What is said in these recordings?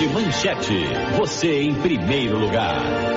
Rede Manchete, você em primeiro lugar.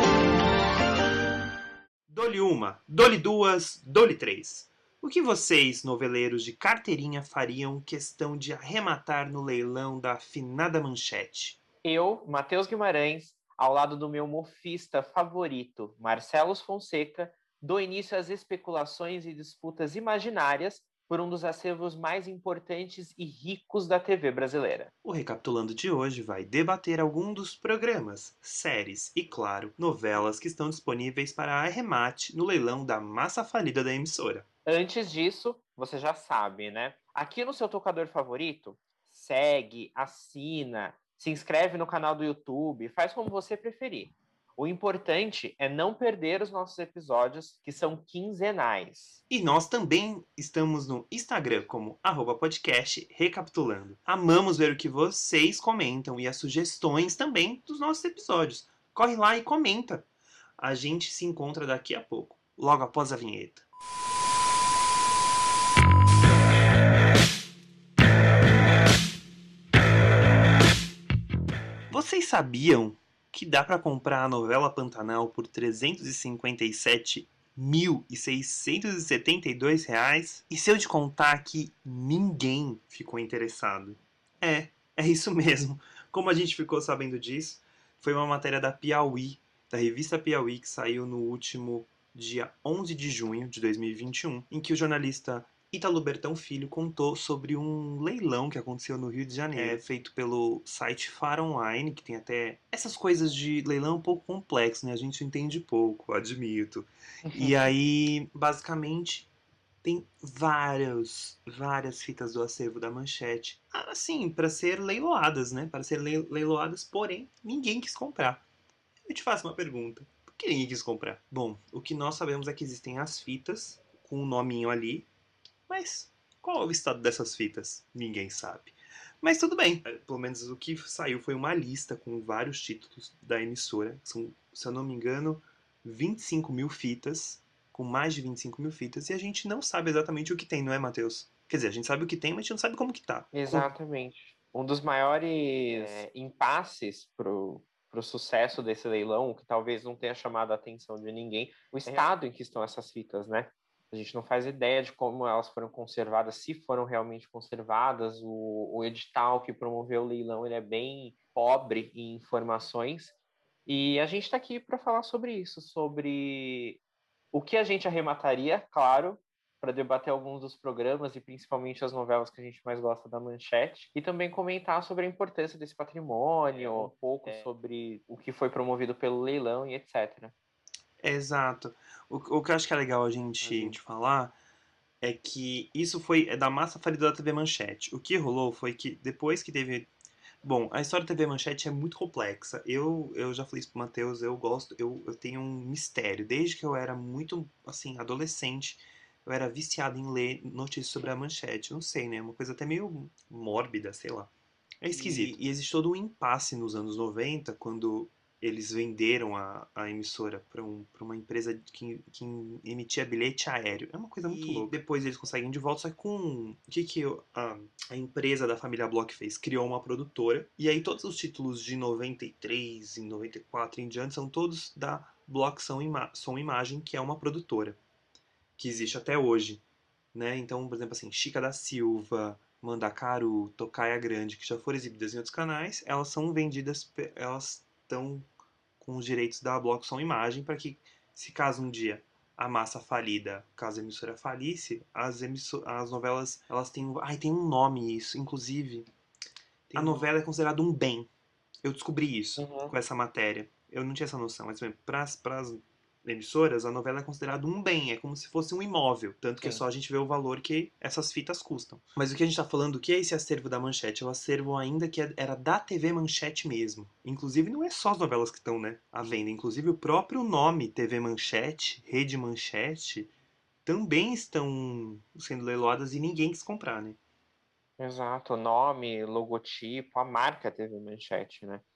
Dole uma, dole duas, dole três. O que vocês, noveleiros de carteirinha, fariam questão de arrematar no leilão da afinada Manchete? Eu, Matheus Guimarães, ao lado do meu mofista favorito, Marcelos Fonseca, dou início às especulações e disputas imaginárias por um dos acervos mais importantes e ricos da TV brasileira. O Recapitulando de hoje vai debater algum dos programas, séries e, claro, novelas que estão disponíveis para arremate no leilão da massa falida da emissora. Antes disso, você já sabe, né? Aqui no seu tocador favorito, segue, assina, se inscreve no canal do YouTube, faz como você preferir. O importante é não perder os nossos episódios, que são quinzenais. E nós também estamos no Instagram como @podcast Recapitulando. Amamos ver o que vocês comentam e as sugestões também dos nossos episódios. Corre lá e comenta. A gente se encontra daqui a pouco, logo após a vinheta. Vocês sabiam que dá para comprar a novela Pantanal por R$ 357.672? E se eu te contar que ninguém ficou interessado? É isso mesmo. Como a gente ficou sabendo disso? Foi uma matéria da Piauí, da revista Piauí, que saiu no último dia 11 de junho de 2021, em que o jornalista Ítalo Bertão Filho contou sobre um leilão que aconteceu no Rio de Janeiro, feito pelo site Far Online, que tem até essas coisas de leilão um pouco complexo, né? A gente entende pouco, admito. E aí, basicamente, tem várias fitas do acervo da Manchete, assim, para ser leiloadas, né? Para ser leiloadas, porém, ninguém quis comprar. Eu te faço uma pergunta. Por que ninguém quis comprar? Bom, o que nós sabemos é que existem as fitas com o nominho ali, mas qual é o estado dessas fitas? Ninguém sabe. Mas tudo bem. Pelo menos o que saiu foi uma lista com vários títulos da emissora. São, se eu não me engano, 25 mil fitas. Com mais de 25 mil fitas. E a gente não sabe exatamente o que tem, não é, Matheus? Quer dizer, a gente sabe o que tem, mas a gente não sabe como que tá. Exatamente. Um dos maiores impasses pro sucesso desse leilão, que talvez não tenha chamado a atenção de ninguém, o estado em que estão essas fitas, né? A gente não faz ideia de como elas foram conservadas, se foram realmente conservadas. O edital que promoveu o leilão ele é bem pobre em informações. E a gente está aqui para falar sobre isso, sobre o que a gente arremataria, claro, para debater alguns dos programas e principalmente as novelas que a gente mais gosta da Manchete, e também comentar sobre a importância desse patrimônio, um pouco sobre o que foi promovido pelo leilão e etc. Exato. O que eu acho que é legal a gente falar é que isso é da massa falida da TV Manchete. O que rolou foi que depois que teve. Bom, a história da TV Manchete é muito complexa. Eu já falei isso pro Matheus, eu tenho um mistério. Desde que eu era muito, assim, adolescente, eu era viciado em ler notícias sobre a Manchete. Não sei, né? Uma coisa até meio mórbida, sei lá. É esquisito. E existe todo um impasse nos anos 90, quando eles venderam a emissora para uma empresa que emitia bilhete aéreo. É uma coisa muito louca. Depois eles conseguem de volta, só que com... O que a empresa da família Bloch fez? Criou uma produtora, e aí todos os títulos de 93 e 94 em diante são todos da Bloch Som Imagem, que é uma produtora, que existe até hoje, né? Então, por exemplo, assim, Chica da Silva, Mandacaru, Tocaia Grande, que já foram exibidas em outros canais, elas são vendidas, elas estão com os direitos da Bloco Som Imagem para que, se caso um dia a massa falida, caso a emissora falisse, as novelas, elas têm, tem um nome isso, inclusive, a novela é considerada um bem. Eu descobri isso com essa matéria. Eu não tinha essa noção, mas para as emissoras, a novela é considerada um bem, é como se fosse um imóvel, tanto que é só a gente vê o valor que essas fitas custam. Mas o que a gente tá falando, o que é esse acervo da Manchete? É o acervo ainda que era da TV Manchete mesmo. Inclusive, não é só as novelas que estão, né, à venda. Inclusive, o próprio nome TV Manchete, Rede Manchete, também estão sendo leiloadas e ninguém quis comprar, né? Exato, nome, logotipo, a marca teve Manchete, né?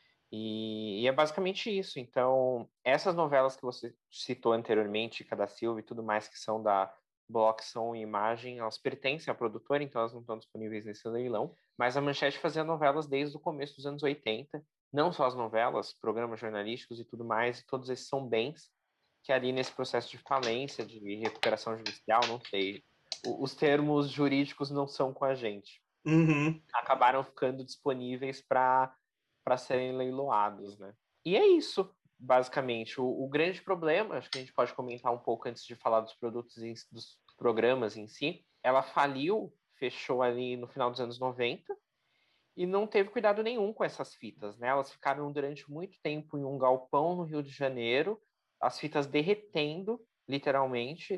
E é basicamente isso. Então, essas novelas que você citou anteriormente, Chica da Silva e tudo mais, que são da Bloco, som e imagem, elas pertencem à produtora, então elas não estão disponíveis nesse leilão. Mas a Manchete fazia novelas desde o começo dos anos 80. Não só as novelas, programas jornalísticos e tudo mais, e todos esses são bens que ali nesse processo de falência, de recuperação judicial, não sei, os termos jurídicos não são com a gente. Uhum. Acabaram ficando disponíveis para serem leiloados, né? E é isso, basicamente. O grande problema, acho que a gente pode comentar um pouco antes de falar dos produtos, dos programas em si, ela faliu, fechou ali no final dos anos 90 e não teve cuidado nenhum com essas fitas, né? Elas ficaram durante muito tempo em um galpão no Rio de Janeiro, as fitas derretendo, literalmente,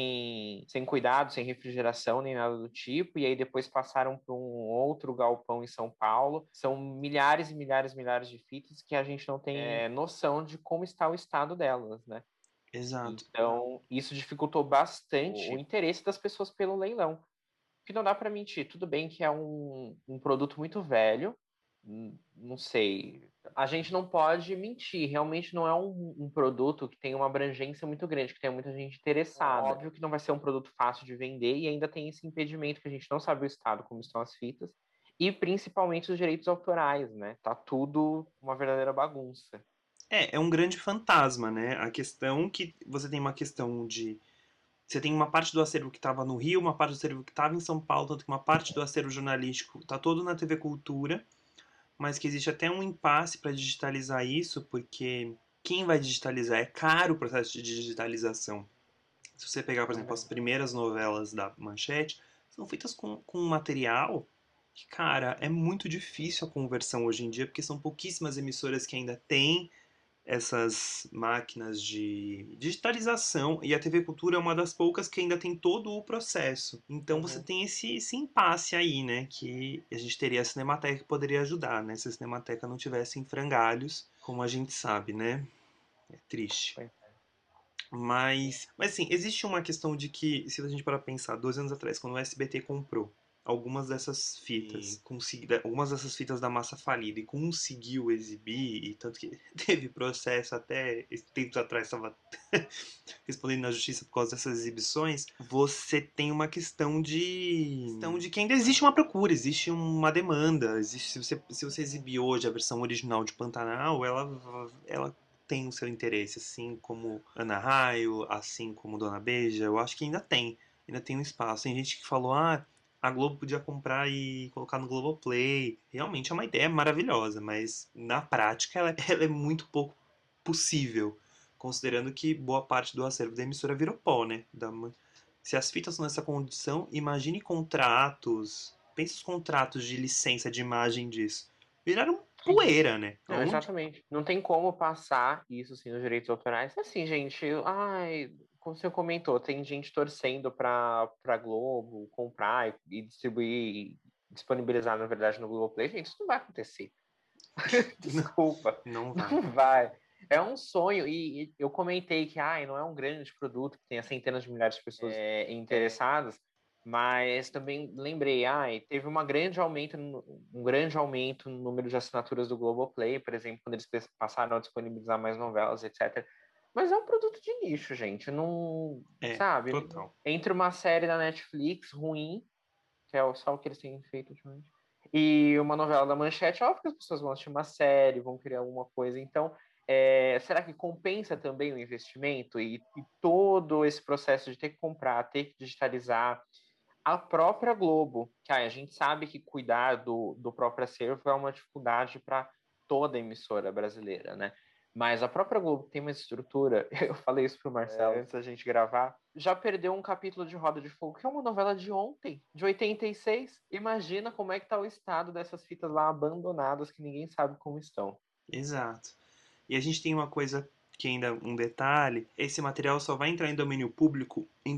sem cuidado, sem refrigeração, nem nada do tipo, e aí depois passaram para um outro galpão em São Paulo. São milhares e milhares e milhares de fitas que a gente não tem noção de como está o estado delas, né? Exato. Então, isso dificultou bastante o interesse das pessoas pelo leilão. Que não dá para mentir. Tudo bem que é um produto muito velho, não sei. A gente não pode mentir. Realmente não é um produto que tem uma abrangência muito grande, que tem muita gente interessada. Óbvio que não vai ser um produto fácil de vender e ainda tem esse impedimento que a gente não sabe o estado, como estão as fitas, e principalmente os direitos autorais, né? Tá tudo uma verdadeira bagunça. É um grande fantasma, né? A questão que você tem uma questão de. Você tem uma parte do acervo que estava no Rio, uma parte do acervo que estava em São Paulo, tanto que uma parte do acervo jornalístico está todo na TV Cultura, mas que existe até um impasse para digitalizar isso, porque quem vai digitalizar? É caro o processo de digitalização. Se você pegar, por exemplo, as primeiras novelas da Manchete, são feitas com um material que, cara, é muito difícil a conversão hoje em dia, porque são pouquíssimas emissoras que ainda têm essas máquinas de digitalização e a TV Cultura é uma das poucas que ainda tem todo o processo. Então você tem esse impasse aí, né? Que a gente teria a Cinemateca que poderia ajudar, né? Se a Cinemateca não tivesse em frangalhos, como a gente sabe, né? É triste. Mas assim, existe uma questão de que, se a gente parar pra pensar, 2 anos atrás, quando o SBT comprou algumas dessas fitas, algumas dessas fitas da massa falida e conseguiu exibir, e tanto que teve processo até tempos atrás, estava respondendo na justiça por causa dessas exibições, você tem uma questão de que ainda existe uma procura, existe uma demanda, existe, se você exibir hoje a versão original de Pantanal, ela tem o seu interesse, assim como Ana Raio, assim como Dona Beija, eu acho que ainda tem um espaço. Tem gente que falou, a Globo podia comprar e colocar no Globoplay. Realmente é uma ideia maravilhosa, mas na prática ela é muito pouco possível, considerando que boa parte do acervo da emissora virou pó, né? Se as fitas estão nessa condição, imagine contratos. Pensa os contratos de licença de imagem disso. Viraram poeira, né? Não, exatamente. Não tem como passar isso assim nos direitos autorais. Assim, gente, ai, como você comentou, tem gente torcendo para Globo comprar e distribuir, disponibilizar, na verdade, no Globoplay. Gente, isso não vai acontecer. Desculpa. Não vai. Não vai. É um sonho. E eu comentei que não é um grande produto, que tenha centenas de milhares de pessoas interessadas, mas também lembrei, teve um grande aumento no número de assinaturas do Globoplay, por exemplo, quando eles passaram a disponibilizar mais novelas, etc. Mas é um produto de nicho, gente. Não, sabe? Total. Entre uma série da Netflix ruim, que é só o que eles têm feito ultimamente, e uma novela da Manchete, óbvio que as pessoas vão assistir uma série, vão criar alguma coisa. Então, será que compensa também o investimento e todo esse processo de ter que comprar, ter que digitalizar? A própria Globo, que a gente sabe que cuidar do próprio acervo é uma dificuldade para toda emissora brasileira, né? Mas a própria Globo tem uma estrutura, eu falei isso pro Marcelo antes da gente gravar, já perdeu um capítulo de Roda de Fogo, que é uma novela de ontem, de 86. Imagina como é que tá o estado dessas fitas lá abandonadas que ninguém sabe como estão. Exato. E a gente tem uma coisa que ainda um detalhe, esse material só vai entrar em domínio público em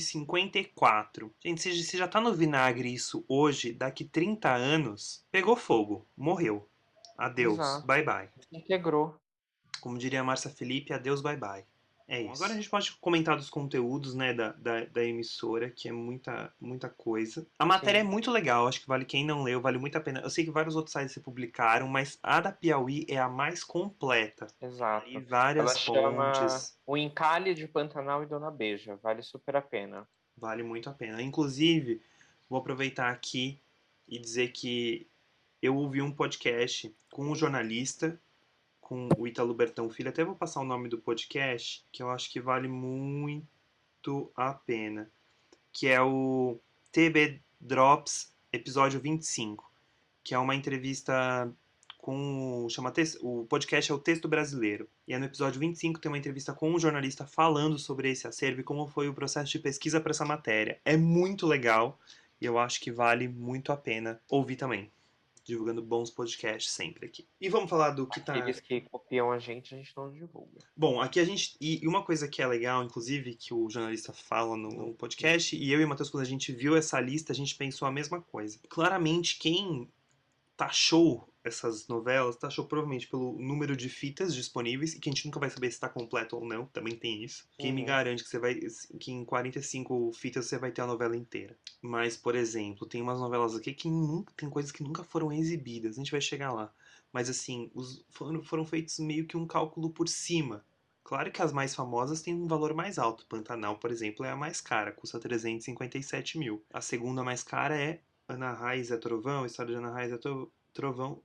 2054. Gente, se já tá no vinagre isso hoje, daqui 30 anos, pegou fogo, morreu. Adeus, Exato. bye bye. Integrou. Como diria a Márcia Felipe, adeus, bye bye. É isso. Agora a gente pode comentar dos conteúdos, né, da emissora, que é muita coisa. A matéria é muito legal, acho que vale quem não leu, vale muito a pena. Eu sei que vários outros sites se publicaram, mas a da Piauí é a mais completa. Exato. E várias Ela chama fontes. O Encalhe de Pantanal e Dona Beija. Vale super a pena. Vale muito a pena. Inclusive, vou aproveitar aqui e dizer que eu ouvi um podcast com um jornalista, com o Ítalo Bertão Filho. Até vou passar o nome do podcast, que eu acho que vale muito a pena. Que é o TB Drops, episódio 25. Que é uma entrevista com... o podcast é o Texto Brasileiro. E é no episódio 25 tem uma entrevista com um jornalista falando sobre esse acervo e como foi o processo de pesquisa para essa matéria. É muito legal e eu acho que vale muito a pena ouvir também. Divulgando bons podcasts sempre aqui. E vamos falar do que tá... Aqueles que copiam a gente não divulga. Bom, aqui a gente... E uma coisa que é legal, inclusive, que o jornalista fala no podcast, e eu e o Matheus, quando a gente viu essa lista, a gente pensou a mesma coisa. Claramente, quem taxou essas novelas, taxou provavelmente pelo número de fitas disponíveis, e que a gente nunca vai saber se está completo ou não, também tem isso. Quem me garante que em 45 fitas você vai ter a novela inteira. Mas, por exemplo, tem umas novelas aqui que tem coisas que nunca foram exibidas, a gente vai chegar lá. Mas assim, foram feitos meio que um cálculo por cima. Claro que as mais famosas têm um valor mais alto. Pantanal, por exemplo, é a mais cara, custa 357 mil. A segunda mais cara é Ana Raiz é Trovão, História de Ana Raiz é Trovão,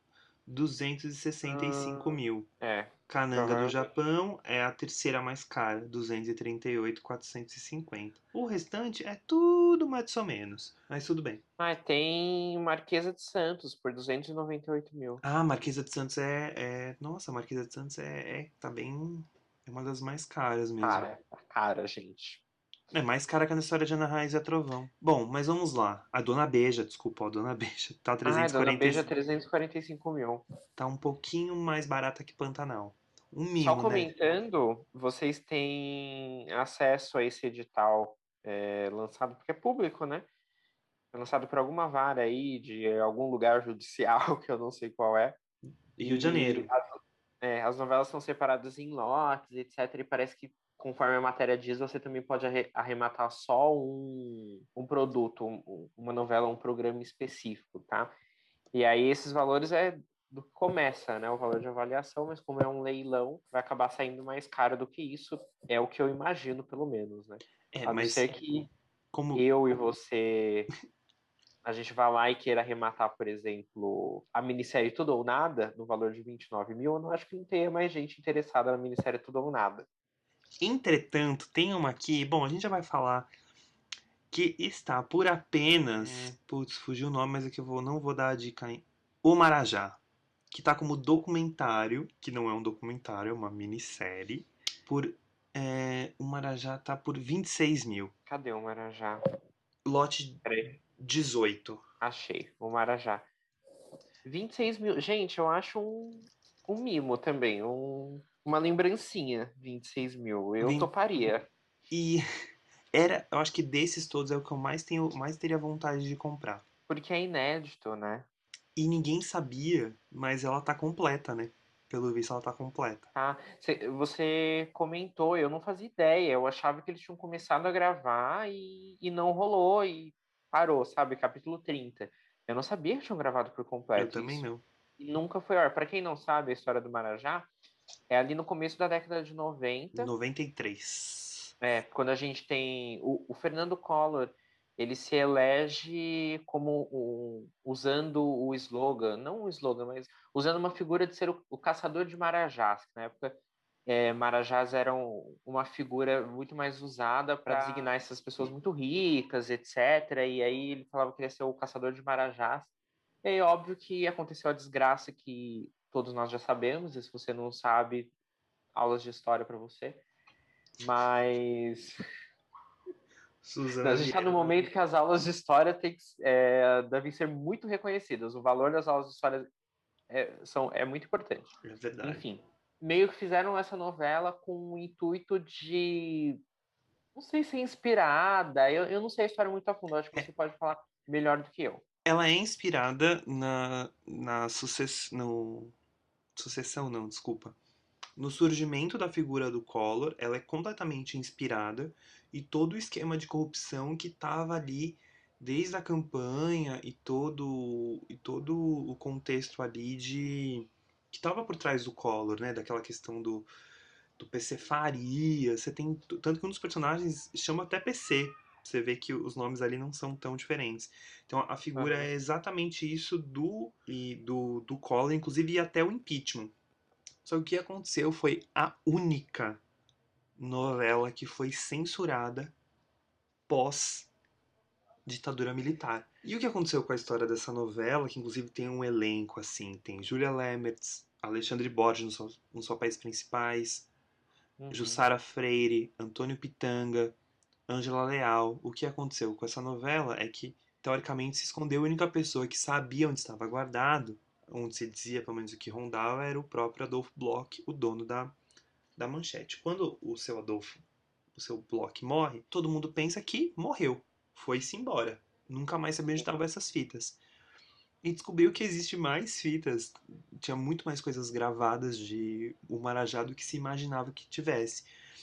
265 mil. Cananga do Japão é a terceira mais cara, 238.450. O restante é tudo mais ou menos, mas tudo bem. Tem Marquesa de Santos por 298 mil. Ah, Marquesa de Santos Nossa, Marquesa de Santos tá bem... É uma das mais caras mesmo. Cara, gente. É mais cara que a História de Ana Raiz é Trovão. Bom, mas vamos lá. A Dona Beija, desculpa, a Dona Beija tá 340... Dona Beija 345 mil. Tá um pouquinho mais barata que Pantanal. Um mimo, Só comentando, vocês têm acesso a esse edital lançado, porque é público, né? É lançado por alguma vara aí, de algum lugar judicial, que eu não sei qual é. Rio de Janeiro. As novelas são separadas em lotes, etc. E parece que, conforme a matéria diz, você também pode arrematar só um produto, uma novela, um programa específico, tá? E aí esses valores é do que começa, né? O valor de avaliação, mas como é um leilão, vai acabar saindo mais caro do que isso. É o que eu imagino, pelo menos, né? A não ser que eu e você... a gente vai lá e queira arrematar, por exemplo, a minissérie Tudo ou Nada, no valor de 29 mil, eu não acho que não tenha mais gente interessada na minissérie Tudo ou Nada. Entretanto, tem uma aqui, bom, a gente já vai falar, que está por apenas... Putz, fugiu o nome, mas aqui eu não vou dar a dica aí. O Marajá, que tá como documentário, que não é um documentário, é uma minissérie, o Marajá tá por 26 mil. Cadê o Marajá? Lote 18. Achei, o Marajá. 26 mil. Gente, eu acho um mimo também, uma lembrancinha, 26 mil. Eu toparia. E eu acho que desses todos é o que eu mais teria vontade de comprar. Porque é inédito, né? E ninguém sabia, mas ela tá completa, né? Pelo visto, ela tá completa. Você comentou, eu não fazia ideia. Eu achava que eles tinham começado a gravar e não rolou e parou, sabe? Capítulo 30. Eu não sabia que tinham gravado por completo. Eu também não. E nunca foi hora. Para quem não sabe a história do Marajá, é ali no começo da década de 90. 93. Quando a gente tem o Fernando Collor, ele se elege como usando o slogan, não o slogan, mas usando uma figura de ser o caçador de marajás, que na época marajás eram uma figura muito mais usada para designar essas pessoas muito ricas, etc. E aí ele falava que ia ser o caçador de marajás. E aí, óbvio que aconteceu a desgraça que todos nós já sabemos, e se você não sabe, aulas de história para você. Mas Suzana, a gente está no momento que as aulas de história devem ser muito reconhecidas. O valor das aulas de história é muito importante. É verdade. Enfim, meio que fizeram essa novela com o intuito de... não sei se é inspirada, eu não sei a história muito a fundo, acho que você pode falar melhor do que eu. Ela é inspirada na sucessão, não, desculpa. No surgimento da figura do Collor, ela é completamente inspirada e todo o esquema de corrupção que estava ali desde a campanha e todo o contexto ali que estava por trás do Collor, né, daquela questão do PC Faria, você tem tanto que um dos personagens chama até PC, Você vê que os nomes ali não são tão diferentes. Então a figura é exatamente isso do Collor, inclusive e até o impeachment. Só que o que aconteceu foi a única novela que foi censurada pós ditadura militar. E o que aconteceu com a história dessa novela, que inclusive tem um elenco assim, tem Julia Lemmertz, Alexandre Borges nos papéis principais, Jussara Freire, Antônio Pitanga, Ângela Leal. O que aconteceu com essa novela é que, teoricamente, se escondeu a única pessoa que sabia onde estava guardado, onde se dizia, pelo menos o que rondava, era o próprio Adolfo Bloch, o dono da Manchete. Quando o seu Bloch morre, todo mundo pensa que morreu, foi-se embora. Nunca mais sabia onde estavam essas fitas. E descobriu que existe mais fitas, tinha muito mais coisas gravadas de O Marajá do que se imaginava que tivesse.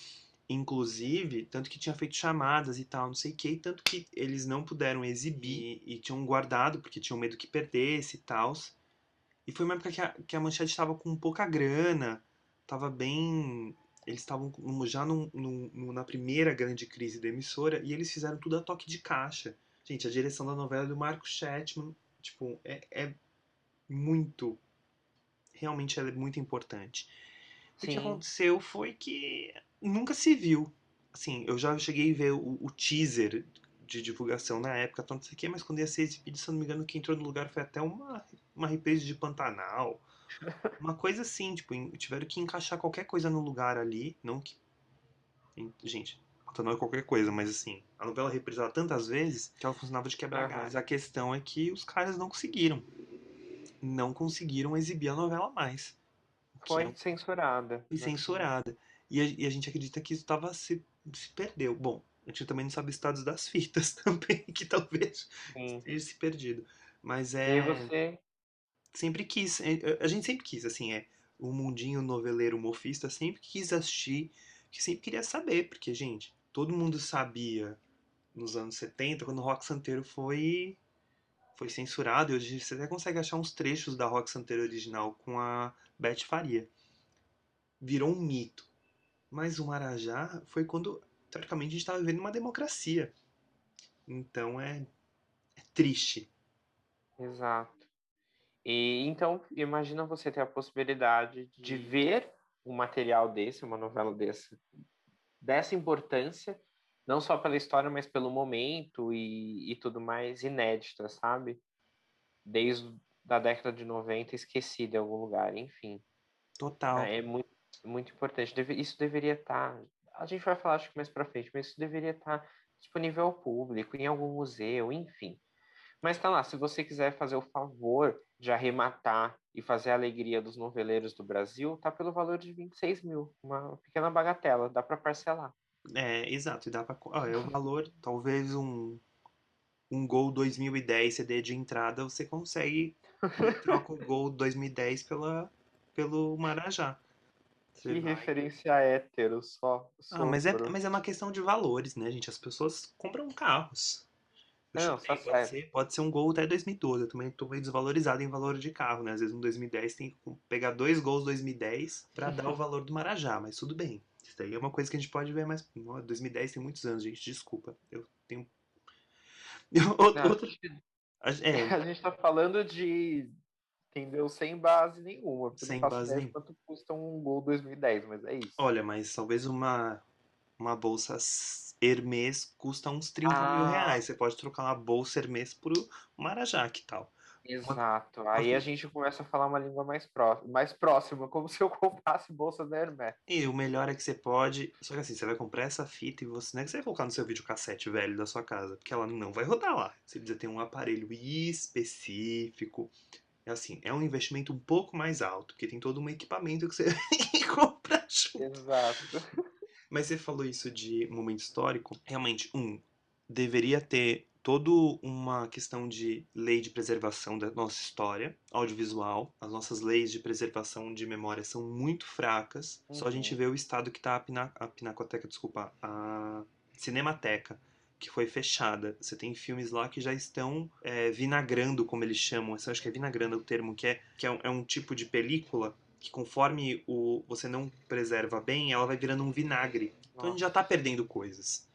Inclusive, tanto que tinha feito chamadas e tal, não sei o que, tanto que eles não puderam exibir e tinham guardado, porque tinham medo que perdesse e tal. E foi uma época que a Manchete estava com pouca grana, estava bem. Eles estavam já na primeira grande crise da emissora e eles fizeram tudo a toque de caixa. Gente, a direção da novela é do Marco Chetman, tipo, é muito. Realmente ela é muito importante. E o que aconteceu foi que nunca se viu. Assim, eu já cheguei a ver o teaser de divulgação na época, tanto isso aqui, mas quando ia ser exibido, se eu não me engano, quem entrou no lugar foi até uma reprise de Pantanal. Uma coisa assim, tipo, tiveram que encaixar qualquer coisa no lugar ali. Não que. Gente, Pantanal é qualquer coisa, mas assim, a novela reprisava tantas vezes que ela funcionava de quebra-galho. Mas a questão é que os caras não conseguiram. Não conseguiram exibir a novela mais. Foi censurada. Foi censurada. E a gente acredita que isso se perdeu. Bom, a gente também não sabe o status das fitas também, que talvez tenha se perdido. Mas E aí você. sempre quis, a gente sempre quis, assim, o mundinho noveleiro mofista sempre quis assistir, que sempre queria saber, porque, gente, todo mundo sabia nos anos 70, quando o Rock Santeiro foi censurado, e hoje você até consegue achar uns trechos da Rock Santeiro original com a Beth Faria. Virou um mito. Mas o Marajá foi quando, teoricamente, a gente estava vivendo uma democracia. Então é triste. Exato. E então, imagina você ter a possibilidade de ver um material desse, uma novela dessa importância, não só pela história, mas pelo momento e tudo mais inédita, sabe? Desde a década de 90, esquecida em algum lugar, enfim. Total. É muito, muito importante. Isso deveria estar. A gente vai falar, acho que mais pra frente, mas isso deveria estar disponível ao público, em algum museu, enfim. Mas tá lá, se você quiser fazer o favor de arrematar e fazer a alegria dos noveleiros do Brasil, tá pelo valor de 26 mil. Uma pequena bagatela, dá para parcelar. Exato. E dá pra. É o valor, talvez um Gol 2010 CD de entrada, você consegue e troca o Gol 2010 pelo Marajá. Você Que vai. referência hétero, só sopro. Mas é uma questão de valores, né, gente? As pessoas compram carros. Eu Não, só chutei, sério. pode ser um Gol até 2012. Eu também tô meio desvalorizado em valor de carro, né? Às vezes um 2010 tem que pegar dois Gols 2010 pra dar o valor do Marajá, mas tudo bem. Isso daí é uma coisa que a gente pode ver mais. 2010 tem muitos anos, gente, desculpa. Eu tenho. Não, Outra. a gente tá falando de, entendeu? Sem base nenhuma, porque eu não Sem faço base ideia de nenhuma. quanto custa um Gol 2010, mas é isso. Olha, mas talvez uma bolsa Hermès custa uns 30 mil Ah, reais. Você pode trocar uma bolsa Hermès por Marajá, que tal? Uma, exato. uma Aí a gente começa a falar uma língua mais próxima, como se eu comprasse bolsa da Hermès. E o melhor é que você pode. Só que assim, você vai comprar essa fita e você não é que você vai colocar no seu videocassete velho da sua casa, porque ela não vai rodar lá. Você precisa ter um aparelho específico. É assim, é um investimento um pouco mais alto, porque tem todo um equipamento que você tem que comprar junto. Exato. Mas você falou isso de momento histórico. Realmente, deveria ter toda uma questão de lei de preservação da nossa história audiovisual. As nossas leis de preservação de memória são muito fracas. Só a gente vê o estado que está a Pinacoteca, desculpa, a Cinemateca, que foi fechada. Você tem filmes lá que já estão vinagrando, como eles chamam. Eu acho que é vinagrando o termo, que é um tipo de película que conforme você não preserva bem, ela vai virando um vinagre. Então a gente já Nossa. está perdendo coisas. Então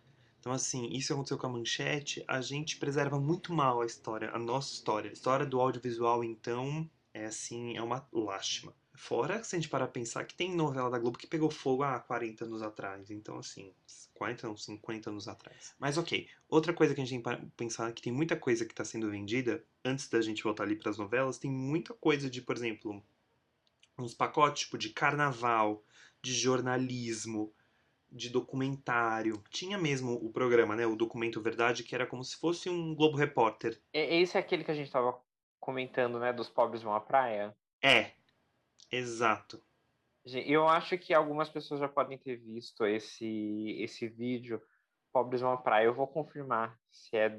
Então, assim, isso aconteceu com a Manchete, a gente preserva muito mal a história, a nossa história. A história do audiovisual, então, é assim, é uma lástima. Fora, se a gente parar pra pensar, que tem novela da Globo que pegou fogo há 40 anos atrás. Então, assim, 40 não, 50 anos atrás. Mas ok, outra coisa que a gente tem que pensar é que tem muita coisa que está sendo vendida, antes da gente voltar ali para as novelas, tem muita coisa de, por exemplo, uns pacotes tipo de carnaval, de jornalismo, de documentário. Tinha mesmo o programa, né? O Documento Verdade, que era como se fosse um Globo Repórter. Esse é aquele que a gente tava comentando, né? Dos pobres vão à praia. É, exato. Eu acho que algumas pessoas já podem ter visto esse vídeo, Pobres vão à praia. Eu vou confirmar se é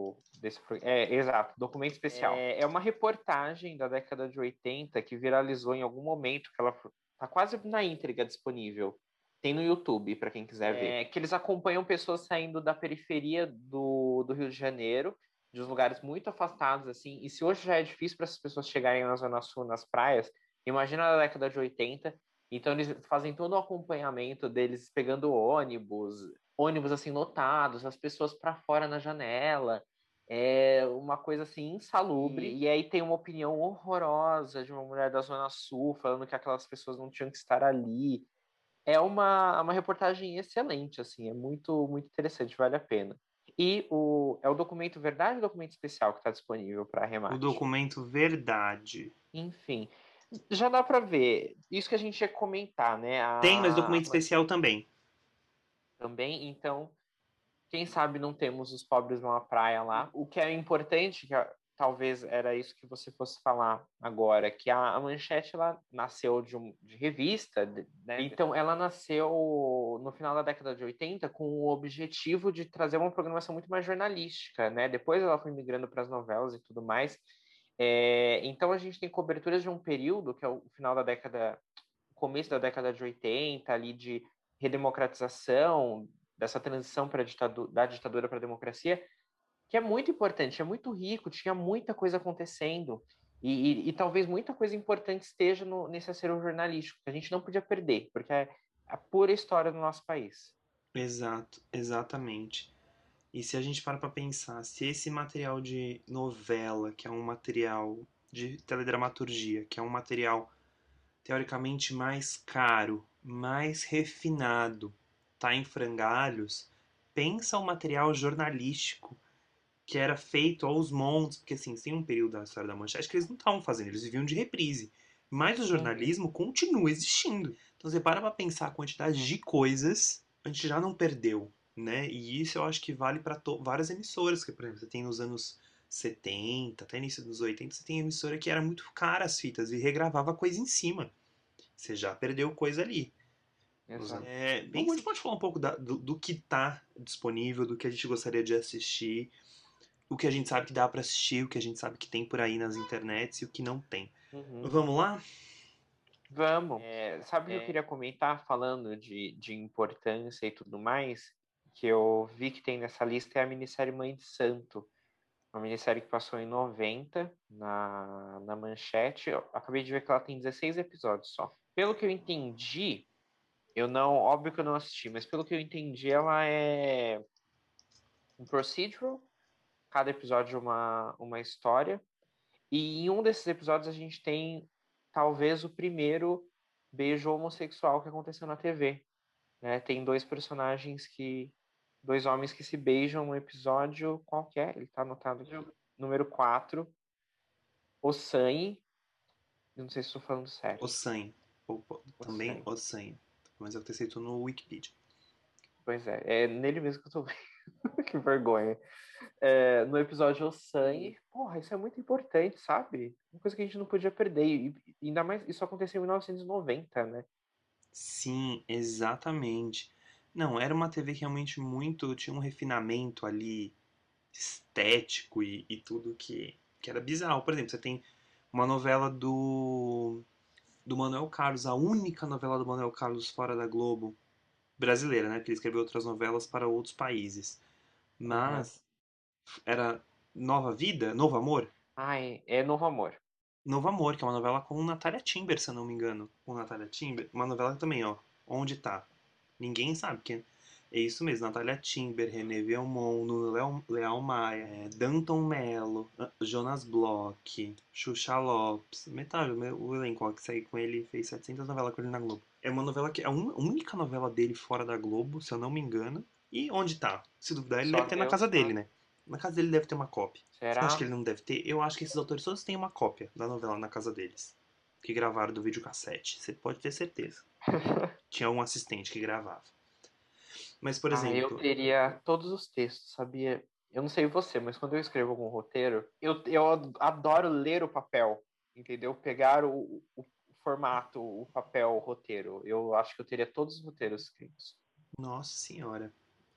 exato, documento especial. É uma reportagem da década de 80 que viralizou em algum momento, que ela tá quase na íntegra disponível. Tem no YouTube, para quem quiser ver. Que eles acompanham pessoas saindo da periferia do Rio de Janeiro, de lugares muito afastados, assim. E se hoje já é difícil para essas pessoas chegarem na Zona Sul, nas praias, imagina na década de 80. Então eles fazem todo o acompanhamento deles pegando ônibus assim lotados, as pessoas para fora na janela, é uma coisa assim insalubre. E aí tem uma opinião horrorosa de uma mulher da Zona Sul falando que aquelas pessoas não tinham que estar ali. É uma reportagem excelente, assim, é muito interessante, vale a pena. É o documento Verdade ou documento especial que está disponível para O remate? Documento Verdade. Enfim, já dá para ver. Isso que a gente ia comentar, né? Tem, mas Documento Especial também. Também, então, quem sabe não temos os pobres numa praia lá. O que é importante, talvez era isso que você fosse falar agora, que a Manchete ela nasceu de revista, né? Então ela nasceu no final da década de 80 com o objetivo de trazer uma programação muito mais jornalística, né? Depois ela foi migrando para as novelas e tudo mais. Então a gente tem coberturas de um período que é o final da década, começo da década de 80, ali de redemocratização, dessa transição da ditadura para a democracia, que é muito importante, é muito rico, tinha muita coisa acontecendo. E talvez muita coisa importante esteja nesse acervo jornalístico, que a gente não podia perder, porque é a pura história do nosso país. Exato, exatamente. E se a gente para pra pensar, se esse material de novela, que é um material de teledramaturgia, que é um material teoricamente mais caro, mais refinado, tá em frangalhos, pensa o material jornalístico que era feito aos montes, porque assim, tem um período da história da Manchete que eles não estavam fazendo, eles viviam de reprise. Mas o jornalismo continua existindo. Então você para pra pensar a quantidade de coisas, a gente já não perdeu, né? E isso eu acho que vale para várias emissoras, que por exemplo, você tem nos anos 70, até início dos 80, você tem emissora que era muito cara as fitas e regravava coisa em cima. Você já perdeu coisa ali. Exato. A gente pode falar um pouco do que tá disponível, do que a gente gostaria de assistir, o que a gente sabe que dá pra assistir, o que a gente sabe que tem por aí nas internets e o que não tem. Vamos lá? Vamos. Sabe o que eu queria comentar, falando de importância e tudo mais, que eu vi que tem nessa lista é a minissérie Mãe de Santo. Uma minissérie que passou em 90 na Manchete. Eu acabei de ver que ela tem 16 episódios só. Pelo que eu entendi, óbvio que eu não assisti, mas pelo que eu entendi, ela é um procedural, cada episódio é uma história. E em um desses episódios a gente tem talvez o primeiro beijo homossexual que aconteceu na TV, né? Tem dois homens que se beijam no episódio qualquer, ele tá anotado aqui, número 4, O Sangue. Não sei se estou falando certo. Ossanha. Também Ossanha. Mas eu testei tudo no Wikipedia. Pois é nele mesmo que eu tô vendo. Que vergonha. No episódio O Sangue, porra, isso é muito importante, sabe? Uma coisa que a gente não podia perder. E ainda mais, isso aconteceu em 1990, né? Sim, exatamente. Não, era uma TV que realmente muito. Tinha um refinamento ali estético e tudo que era bizarro. Por exemplo, você tem uma novela do Manuel Carlos, a única novela do Manuel Carlos fora da Globo, brasileira, né? Porque ele escreveu outras novelas para outros países. Mas era Nova Vida, Novo Amor? Ai, é Novo Amor. Novo Amor, que é uma novela com Natália Timber, se eu não me engano. Com Natália Timber. Uma novela também, ó. Onde tá? Ninguém sabe quem. É isso mesmo, Natália Timber, René Belmont, Nuno Leal Maia, Danton Mello, Jonas Bloch, Xuxa Lopes, metade, o elenco que segue com ele fez 700 novelas com ele na Globo. É uma novela que é a única novela dele fora da Globo, se eu não me engano. E onde tá? Se duvidar, ele Só deve ter na Deus casa dele, sabe. né? Na casa dele deve ter uma cópia. Você acha que Será? ele não deve ter? Eu acho que esses autores todos têm uma cópia da novela na casa deles. Que gravaram do videocassete. Você pode ter certeza. Tinha um assistente que gravava. Mas, por Ah, eu exemplo, teria todos os textos, sabia? Eu não sei você, mas quando eu escrevo algum roteiro, eu adoro ler o papel, entendeu? Pegar o formato, o papel, o roteiro. Eu acho que eu teria todos os roteiros escritos. nossa senhora.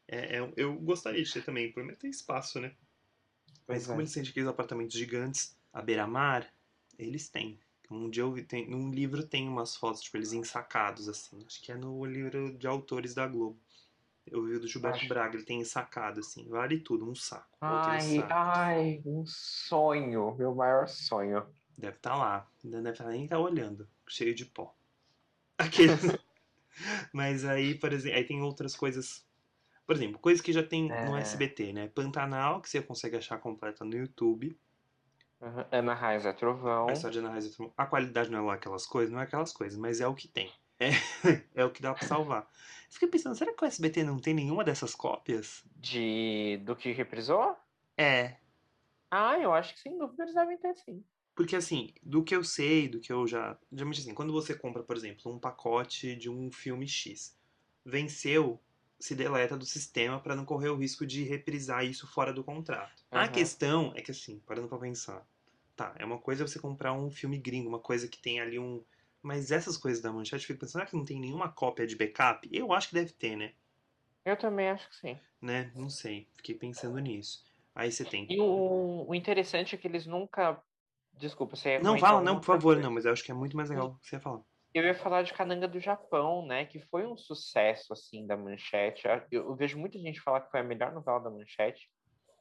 Eu gostaria de ter também, pelo menos tem espaço, né? Mas Pois como é. eles têm aqueles apartamentos gigantes à beira-mar, eles têm. Um dia eu vi, num livro tem umas fotos, tipo, eles ensacados, assim. Acho que é no livro de autores da Globo. Eu vi o do Gilberto Acho. Braga, ele tem ensacado, assim. Vale tudo, um saco. Ou 3 Ai, sacos. ai, um sonho, meu maior sonho. Deve estar lá. Ainda deve estar nem estar olhando. Cheio de pó. Aqueles. Mas aí, por exemplo, aí tem outras coisas. Por exemplo, coisas que já tem no É, SBT, né? Pantanal, que você consegue achar completa no YouTube. uhum. Ana Raiz é A Trovão. história de Ana Raiz, a qualidade não é lá aquelas coisas, não é aquelas coisas, mas é o que tem. É, é o que dá pra salvar. Fiquei pensando, será que o SBT não tem nenhuma dessas cópias? Do que reprisou? É, Ah, eu acho que sem dúvida eles devem ter sim. porque assim, do que eu sei, do que eu já. Geralmente assim, quando você compra, por exemplo, um pacote de um filme X, venceu, se deleta do sistema para não correr o risco de reprisar isso fora do contrato. A Aham. questão é que assim, parando pra pensar, tá, é uma coisa você comprar um filme gringo, uma coisa que tem ali um. Mas essas coisas da Manchete, eu fico pensando, será que não tem nenhuma cópia de backup? Eu acho que deve ter, né? Eu também acho que sim. Né? Não sei. Fiquei pensando nisso. Aí você tem. E o interessante é que eles nunca. Desculpa, você ia Não, comentar fala, não, alguma por outra favor, coisa. não, mas eu acho que é muito mais E legal o que você ia falar. eu ia falar de Cananga do Japão, né? Que foi um sucesso, assim, da Manchete. Eu vejo muita gente falar que foi a melhor novela da Manchete.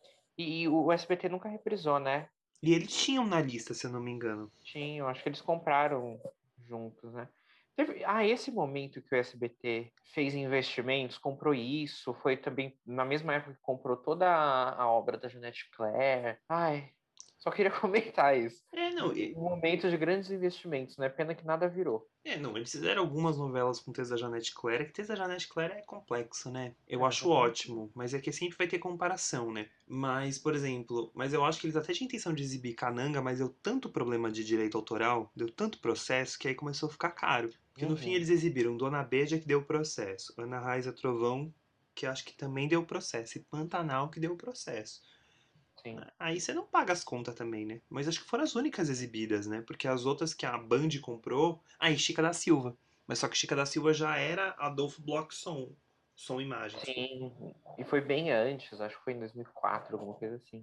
E o SBT nunca reprisou, né? E eles tinham na lista, se eu não me engano. Tinha, eu acho que eles compraram juntos, né? Esse momento que o SBT fez investimentos, comprou isso, foi também na mesma época que comprou toda a obra da Jeanette Claire. Ai, só queria comentar isso. É, não, Um momento de grandes investimentos, né? Pena que nada virou. não, eles fizeram algumas novelas com o texto da Janete Claire, que o texto da Janete Claire é complexo, né? Eu É, acho exatamente. ótimo, mas é que sempre vai ter comparação, né? Mas, por exemplo, mas eu acho que eles até tinham intenção de exibir Cananga, mas deu tanto problema de direito autoral, deu tanto processo, que aí começou a ficar caro. Porque no fim Uhum, eles exibiram Dona Beija, que deu processo, Ana Raiz a Trovão, que acho que também deu processo, e Pantanal, que deu processo. sim. Aí você não paga as contas também, né? Mas acho que foram as únicas exibidas, né? Porque as outras que a Band comprou. Ah, e Chica da Silva. Mas só que Chica da Silva já era Adolfo Bloch Som e Imagem, desculpa. Sim, e foi bem antes, acho que foi em 2004, alguma coisa assim.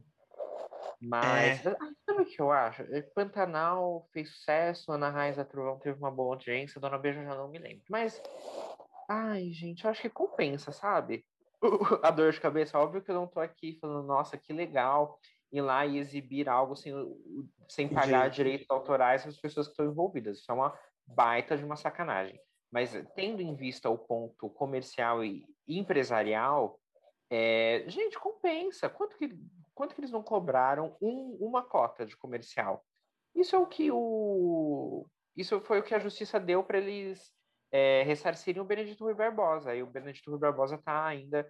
Mas, É. sabe o que eu acho? Pantanal fez sucesso, Ana Raiz a Trovão teve uma boa audiência, Dona Beija eu já não me lembro. Mas, ai, gente, eu acho que compensa, sabe? A dor de cabeça, óbvio que eu não tô aqui falando, nossa, que legal ir lá e exibir algo sem O pagar direito. direitos autorais para as pessoas que estão envolvidas. Isso é uma baita de uma sacanagem. Mas, tendo em vista o ponto comercial e empresarial, gente, compensa. Quanto que eles não cobraram uma cota de comercial? Isso é o que o. Isso foi o que a justiça deu para eles ressarcirem o Benedito Rui Barbosa. E o Benedito Rui Barbosa está ainda,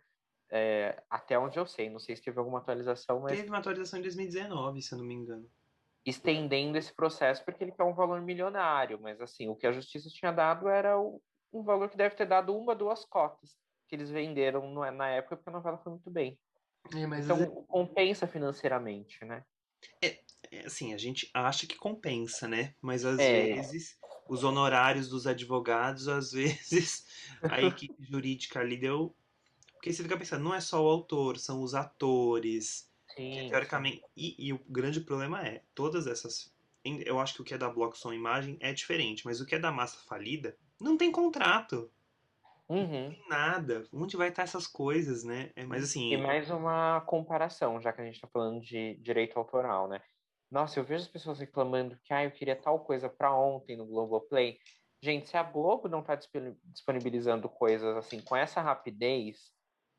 até onde eu sei, não sei se teve alguma atualização, mas Teve uma atualização em 2019, se eu não me engano. estendendo esse processo porque ele quer um valor milionário. Mas assim, o que a justiça tinha dado era um valor que deve ter dado uma, duas cotas que eles venderam na época porque a novela foi muito bem. É, mas Então, compensa financeiramente, né? assim, a gente acha que compensa, né? Mas às É, vezes os honorários dos advogados, às vezes a equipe jurídica ali deu. Porque você fica pensando, não é só o autor, são os atores, que sim, sim. teoricamente. E o grande problema é, todas essas. Eu acho que o que é da Blockson Imagem é diferente, mas o que é da Massa Falida não tem contrato, Uhum. tem nada. Onde vai estar essas coisas, né? Mas E assim, mais uma comparação, já que a gente está falando de direito autoral, né? Nossa, eu vejo as pessoas reclamando que eu queria tal coisa para ontem no Globoplay. Gente, se a Globo não está disponibilizando coisas assim com essa rapidez,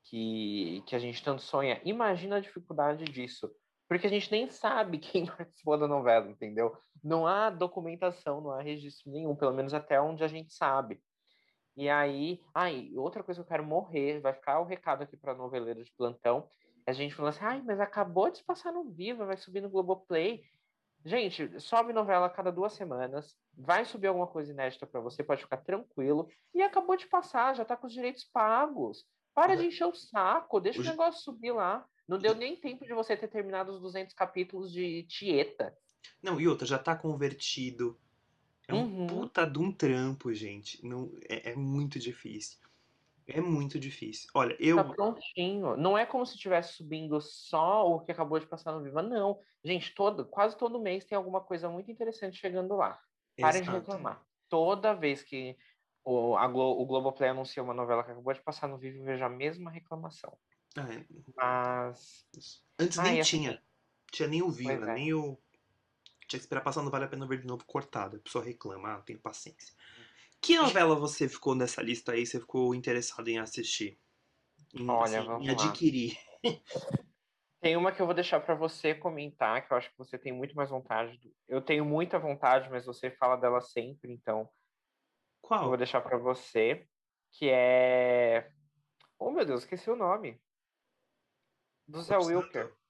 que a gente tanto sonha. Imagina a dificuldade disso. Porque a gente nem sabe quem participou da novela, entendeu? Não há documentação, não há registro nenhum, pelo menos até onde a gente sabe. E aí, outra coisa que eu quero morrer, vai ficar o recado aqui para noveleiro de plantão, é a gente falando assim, mas acabou de se passar no Viva, vai subir no Globoplay. Gente, sobe novela a cada 2 semanas, vai subir alguma coisa inédita para você, pode ficar tranquilo, e acabou de passar, já tá com os direitos pagos. Para de encher o saco, deixa o negócio subir lá. Não deu nem tempo de você ter terminado os 200 capítulos de Tieta. Não, e outra, já tá convertido. É um Uhum. puta de um trampo, gente. Não, é muito difícil. É muito difícil. Olha, Tá eu. prontinho. Não é como se estivesse subindo só o que acabou de passar no Viva, não. Gente, quase todo mês tem alguma coisa muito interessante chegando lá. Parem de Exato. reclamar. Toda vez que o Globoplay anuncia uma novela que acabou de passar no Viva, eu vejo a mesma reclamação. Ah, é. Mas. Antes nem E assim, tinha. Tinha nem o pois Viva, é. nem o. Tinha que esperar passar no Vale a Pena Ver de novo cortado. A pessoa reclama, não tenho paciência. Que novela você ficou nessa lista aí? Você ficou interessado em assistir? Em, Olha, assim, em vamos lá. adquirir? Tem uma que eu vou deixar para você comentar, que eu acho que você tem muito mais vontade. Eu tenho muita vontade, mas você fala dela sempre, então eu vou Qual? deixar para você, que é. Oh, meu Deus, esqueci o nome. Do Zé Corpo Wilker. Santo?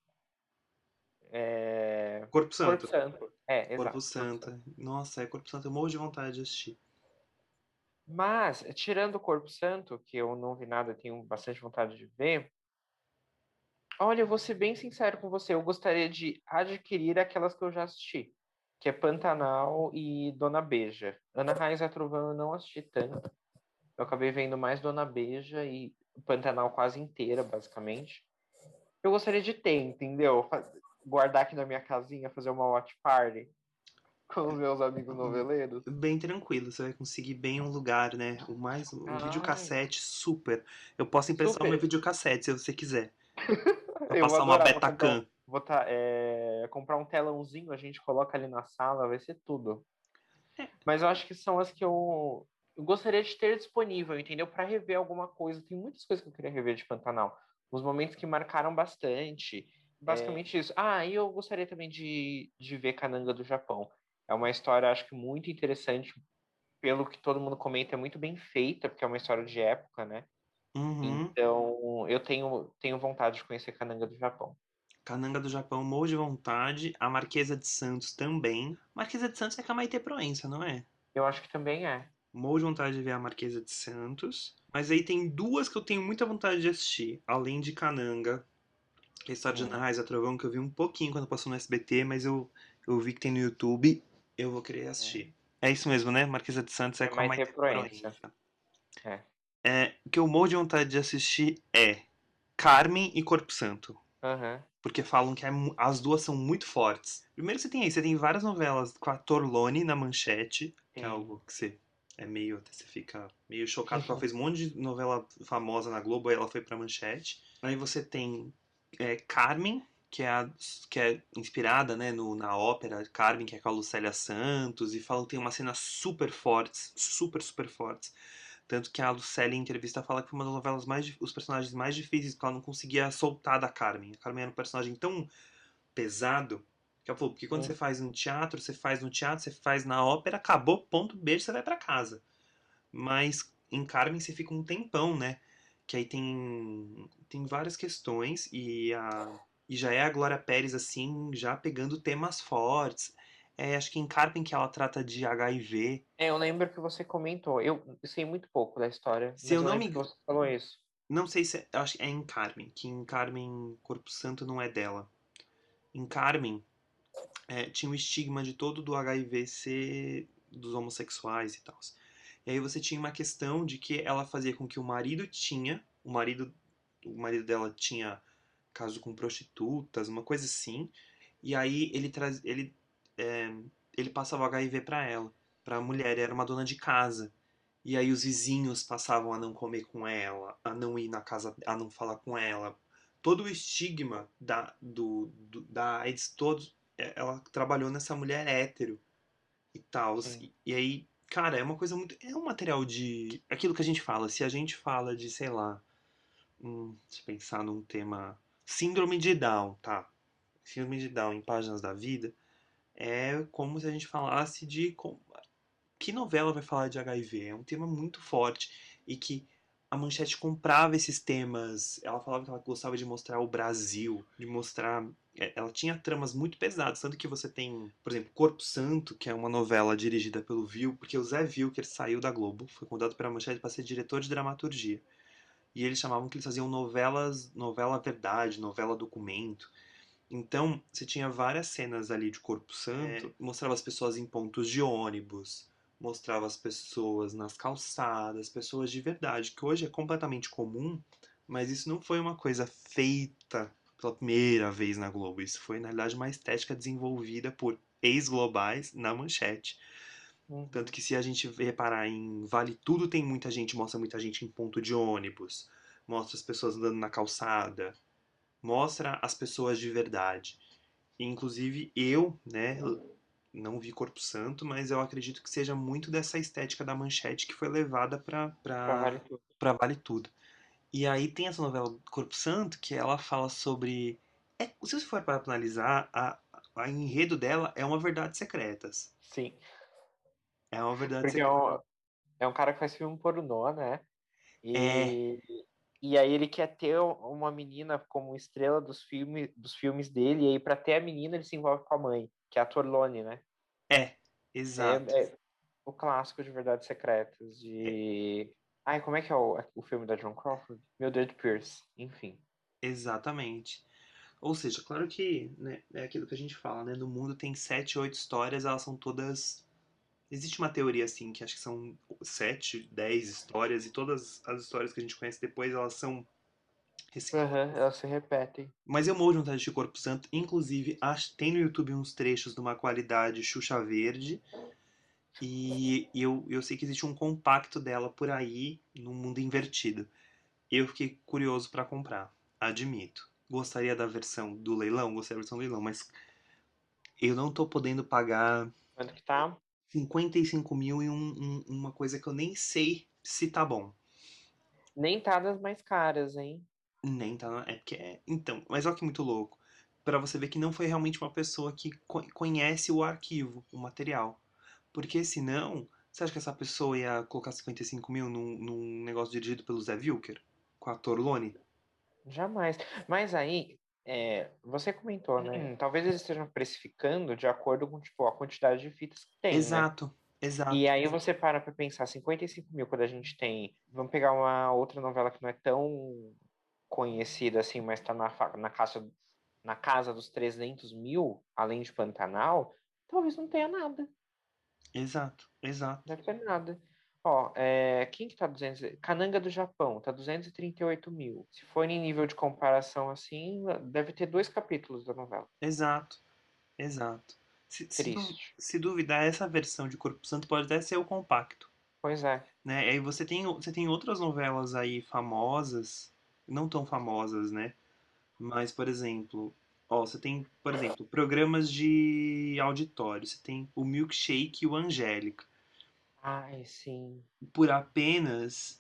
Corpo Corpo Santo. Santo. Corpo Exato, Corpo Santo. Santo. Nossa, é Corpo Santo. Eu morro de vontade de assistir. Mas, tirando o Corpo Santo, que eu não vi nada, tenho bastante vontade de ver, olha, eu vou ser bem sincero com você, eu gostaria de adquirir aquelas que eu já assisti, que é Pantanal e Dona Beija. Ana Raiz e a Trovão eu não assisti tanto. Eu acabei vendo mais Dona Beija e Pantanal quase inteira, basicamente. Eu gostaria de ter, entendeu? Guardar aqui na minha casinha, fazer uma watch party com os meus amigos noveleiros. Bem tranquilo, você vai conseguir bem um lugar, né? O Ai, videocassete, super. Eu posso emprestar o meu super. videocassete se você quiser. Pra Eu vou passar uma adorar. Vou comprar, Betacam. comprar um telãozinho, a gente coloca ali na sala, vai ser tudo. É. Mas eu acho que são as que eu gostaria de ter disponível, entendeu? Para rever alguma coisa. Tem muitas coisas que eu queria rever de Pantanal. Os momentos que marcaram bastante. Basicamente isso. E eu gostaria também de ver Cananga do Japão. É uma história, acho que muito interessante. Pelo que todo mundo comenta, é muito bem feita, porque é uma história de época, né? Uhum. Então, eu tenho vontade de conhecer Cananga do Japão. Cananga do Japão, morro de vontade. A Marquesa de Santos também. Marquesa de Santos é com a Maitê Proença, não é? Eu acho que também é. Morro de vontade de ver a Marquesa de Santos. Mas aí tem duas que eu tenho muita vontade de assistir. Além de Cananga, que é a história de Ana Hum, Raiz e a Trovão, que eu vi um pouquinho quando passou no SBT, mas eu vi que tem no YouTube. Eu vou querer é. assistir. É isso mesmo, né? Marquesa de Santos é É com a Maite Maitê Proença. Proença. É. O que eu morro de vontade de assistir é Carmen e Corpo Santo. Aham. Porque falam que as duas são muito fortes. Primeiro você tem várias novelas com a Torlone na manchete, que é Sim. algo que você é meio, até você fica meio chocado, porque ela fez um monte de novela famosa na Globo, aí ela foi pra manchete. Aí você tem Carmen, que é inspirada, né, na ópera Carmen, que é com a Lucélia Santos, e falam que tem umas cenas super fortes, super, super fortes. Tanto que a Lucélia, em entrevista, fala que foi uma das novelas os personagens mais difíceis, porque ela não conseguia soltar da Carmen. A Carmen era um personagem tão pesado, que ela falou, porque quando você Sim. faz no teatro, você faz no teatro, você faz na ópera, acabou, ponto, beijo, você vai pra casa. Mas em Carmen você fica um tempão, né? Que aí tem várias questões e já é a Glória Pérez, assim, já pegando temas fortes. Acho que em Carmen que ela trata de HIV. Eu lembro que você comentou. Eu sei muito pouco da história, Se mas eu eu não lembro que me você falou isso. Não sei se. Eu acho que é em Carmen, que em Carmen Corpo Santo não é dela. Em Carmen, tinha o estigma de todo do HIV ser dos homossexuais e tal. E aí você tinha uma questão de que ela fazia com que o marido dela tinha caso com prostitutas, uma coisa assim. E aí é, ele passava o HIV pra ela, pra mulher, era uma dona de casa. E aí os vizinhos passavam a não comer com ela, a não ir na casa, a não falar com ela. Todo o estigma da AIDS todo, ela trabalhou nessa mulher hétero e tal. Sim. E aí, cara, é uma coisa muito. É um material de. Aquilo que a gente fala, se a gente fala de, sei lá, Deixa eu pensar num tema. Síndrome de Down, tá? Síndrome de Down em Páginas da Vida é como se a gente falasse de que novela vai falar de HIV? É um tema muito forte e que a Manchete comprava esses temas. Ela falava que ela gostava de mostrar o Brasil, de mostrar. Ela tinha tramas muito pesadas, tanto que você tem, por exemplo, Corpo Santo, que é uma novela dirigida pelo Vil, porque o Zé Vilker saiu da Globo, foi convidado pela Manchete para ser diretor de dramaturgia. E eles chamavam que eles faziam novelas, novela verdade, novela documento. Então, você tinha várias cenas ali de Corpo Santo, mostrava as pessoas em pontos de ônibus, mostrava as pessoas nas calçadas, pessoas de verdade, que hoje é completamente comum, mas isso não foi uma coisa feita pela primeira vez na Globo. Isso foi, na realidade, uma estética desenvolvida por ex-globais na Manchete. Tanto que se a gente reparar em Vale Tudo tem muita gente, mostra muita gente em ponto de ônibus, mostra as pessoas andando na calçada, mostra as pessoas de verdade. Inclusive eu, né, não vi Corpo Santo, mas eu acredito que seja muito dessa estética da Manchete que foi levada Vale tudo. pra Vale Tudo. E aí tem essa novela Corpo Santo que ela fala sobre. Se você for para analisar, a enredo dela é uma verdade secretas. Sim. É uma verdade Porque secreta. é um cara que faz filme pornô, né? É, E, e aí ele quer ter uma menina como estrela dos filmes dele, e aí pra ter a menina ele se envolve com a mãe, que é a Torlone, né? exato. É o clássico de Verdades Secretas, É, de... Ai, como é que é o filme da Joan Crawford? Mildred Pierce, enfim. exatamente. Ou seja, claro que, né, é aquilo que a gente fala, né? No mundo tem 7, 8 histórias, elas são todas. Existe uma teoria assim, que acho que são 7, 10 histórias, e todas as histórias que a gente conhece depois, elas são recicladas. Aham, elas se repetem. Mas eu morro de vontade de Corpo Santo. Inclusive, tem no YouTube uns trechos de uma qualidade Xuxa Verde. E eu sei que existe um compacto dela por aí, no mundo invertido. Eu fiquei curioso pra comprar, admito. Gostaria da versão do leilão, gostaria da versão do leilão, mas eu não tô podendo pagar Quanto que tá? 55 mil em uma coisa que eu nem sei se tá bom. Nem tá das mais caras, hein? Nem tá. É porque Então, mas olha que muito louco. Pra você ver que não foi realmente uma pessoa que conhece o arquivo, o material. Porque senão, você acha que essa pessoa ia colocar 55 mil num negócio dirigido pelo Zé Vilker? Com a Torlone? Jamais. Mas aí, você comentou, né? Talvez eles estejam precificando de acordo com, tipo, a quantidade de fitas que tem, né? Exato, E exato. aí você para pra pensar, 55 mil quando a gente tem... Vamos pegar uma outra novela que não é tão conhecida assim, mas tá na casa dos 300 mil, além de Pantanal, talvez não tenha nada. Exato, exato. Deve ter nada. Ó, quem que tá 200? Cananga do Japão, tá 238 mil. Se for em nível de comparação assim, deve ter 2 capítulos da novela. Exato, exato. Triste. Se duvidar, essa versão de Corpo Santo pode até ser o compacto. Pois é. Né? Aí você tem outras novelas aí famosas, não tão famosas, né? Mas, por exemplo, ó, você tem, por exemplo, programas de auditório. Você tem o Milkshake e o Angélica. Ai, sim. Por apenas